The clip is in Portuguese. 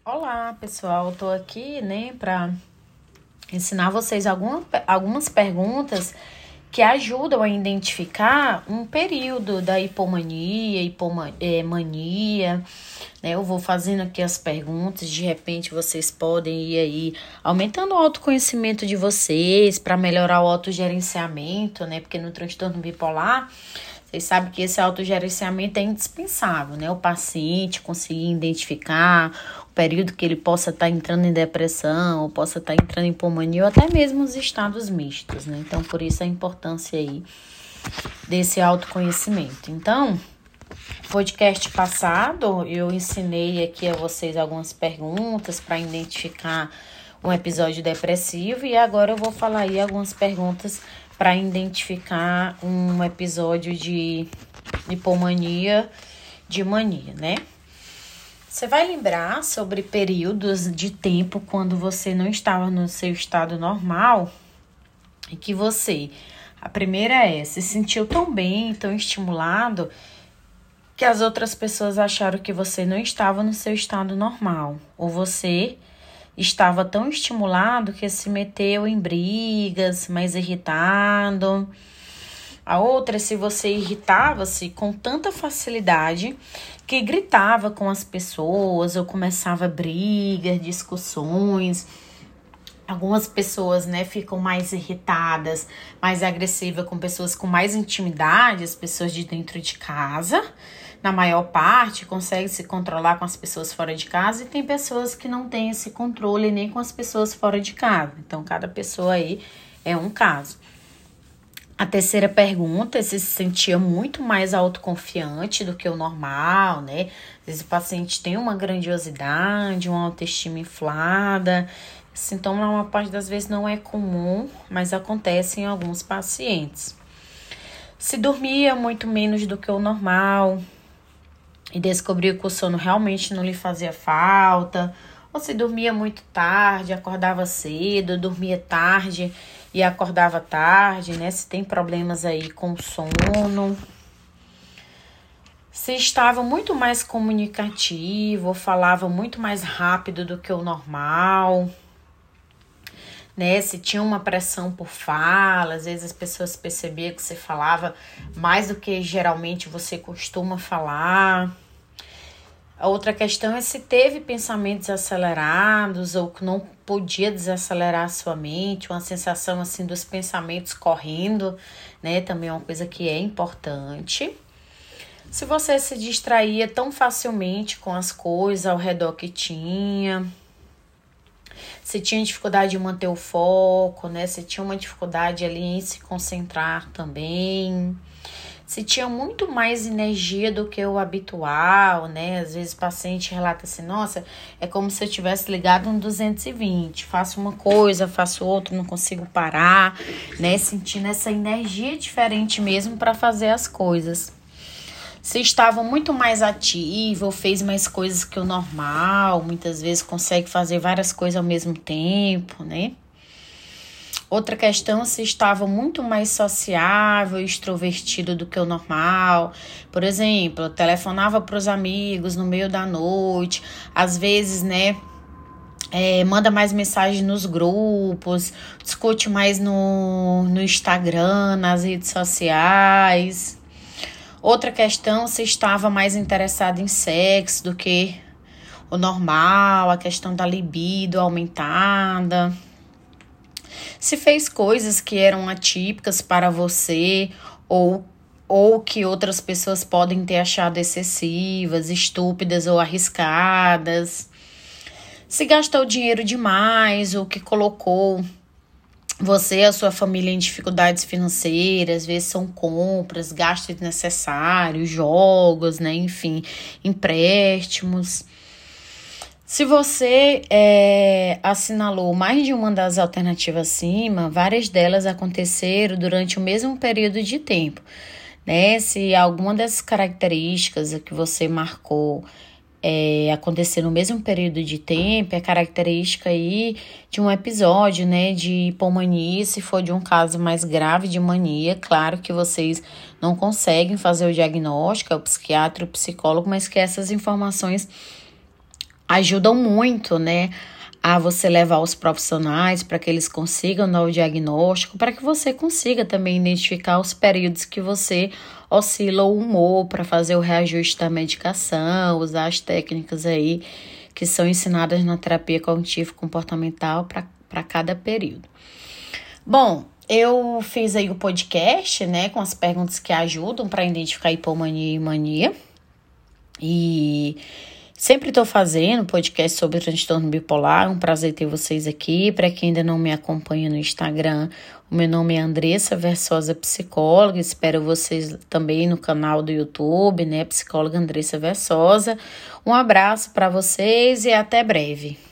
Olá, pessoal. Eu tô aqui, para ensinar vocês algumas perguntas que ajudam a identificar um período da mania, né? Eu vou fazendo aqui as perguntas, de repente vocês podem ir aí aumentando o autoconhecimento de vocês para melhorar o autogerenciamento, né? Porque no transtorno bipolar, vocês sabem que esse autogerenciamento é indispensável, né? O paciente conseguir identificar o período que ele possa estar entrando em depressão, ou possa estar entrando em hipomania, ou até mesmo os estados mistos, né? Então, por isso a importância aí desse autoconhecimento. Então, podcast passado, eu ensinei aqui a vocês algumas perguntas para identificar um episódio depressivo, e agora eu vou falar aí algumas perguntas para identificar um episódio de hipomania, de mania, né? Você vai lembrar sobre períodos de tempo quando você não estava no seu estado normal e que a primeira se sentiu tão bem, tão estimulado, que as outras pessoas acharam que você não estava no seu estado normal, ou você estava tão estimulado que se meteu em brigas, mais irritado. A outra é se você irritava-se com tanta facilidade que gritava com as pessoas ou começava brigas, discussões. Algumas pessoas, ficam mais irritadas, mais agressivas com pessoas com mais intimidade, as pessoas de dentro de casa. Na maior parte, consegue se controlar com as pessoas fora de casa, e tem pessoas que não têm esse controle nem com as pessoas fora de casa. Então, cada pessoa aí é um caso. A terceira pergunta é se sentia muito mais autoconfiante do que o normal, né? Às vezes o paciente tem uma grandiosidade, uma autoestima inflada. Esse sintoma, na maior parte das vezes, não é comum, mas acontece em alguns pacientes. Se dormia muito menos do que o normal e descobriu que o sono realmente não lhe fazia falta, ou se dormia muito tarde, acordava cedo, dormia tarde e acordava tarde, né? Se tem problemas aí com o sono. Se estava muito mais comunicativo, ou falava muito mais rápido do que o normal, né? Se tinha uma pressão por fala, às vezes as pessoas percebiam que você falava mais do que geralmente você costuma falar. A outra questão é se teve pensamentos acelerados ou que não podia desacelerar a sua mente, uma sensação assim dos pensamentos correndo, né? Também é uma coisa que é importante. Se você se distraía tão facilmente com as coisas ao redor que tinha, se tinha dificuldade de manter o foco, né? Se tinha uma dificuldade ali em se concentrar também. Se tinha muito mais energia do que o habitual, né? Às vezes o paciente relata assim, nossa, é como se eu tivesse ligado um 220, faço uma coisa, faço outra, não consigo parar, né? Sentindo essa energia diferente mesmo para fazer as coisas. Se estava muito mais ativo, fez mais coisas que o normal, muitas vezes consegue fazer várias coisas ao mesmo tempo, né? Outra questão, se estava muito mais sociável e extrovertido do que o normal. Por exemplo, telefonava para os amigos no meio da noite, às vezes, manda mais mensagem nos grupos, discute mais no Instagram, nas redes sociais. Outra questão, se estava mais interessado em sexo do que o normal, a questão da libido aumentada. Se fez coisas que eram atípicas para você ou que outras pessoas podem ter achado excessivas, estúpidas ou arriscadas. Se gastou dinheiro demais ou que colocou você e a sua família em dificuldades financeiras, às vezes são compras, gastos desnecessários, jogos, enfim, empréstimos. Se você assinalou mais de uma das alternativas acima, várias delas aconteceram durante o mesmo período de tempo, né? Se alguma dessas características que você marcou acontecer no mesmo período de tempo, é característica aí de um episódio, de hipomania. Se for de um caso mais grave de mania, claro que vocês não conseguem fazer o diagnóstico, é o psiquiatra, o psicólogo, mas que essas informações ajudam muito, né, a você levar os profissionais para que eles consigam dar o diagnóstico, para que você consiga também identificar os períodos que você oscila o humor, para fazer o reajuste da medicação, usar as técnicas aí que são ensinadas na terapia cognitivo-comportamental para cada período. Bom, eu fiz aí o podcast, né, com as perguntas que ajudam para identificar hipomania e mania. E sempre estou fazendo podcast sobre transtorno bipolar. Um prazer ter vocês aqui. Para quem ainda não me acompanha no Instagram, o meu nome é Andressa Versosa Psicóloga. Espero vocês também no canal do YouTube, né? Psicóloga Andressa Versosa. Um abraço para vocês e até breve.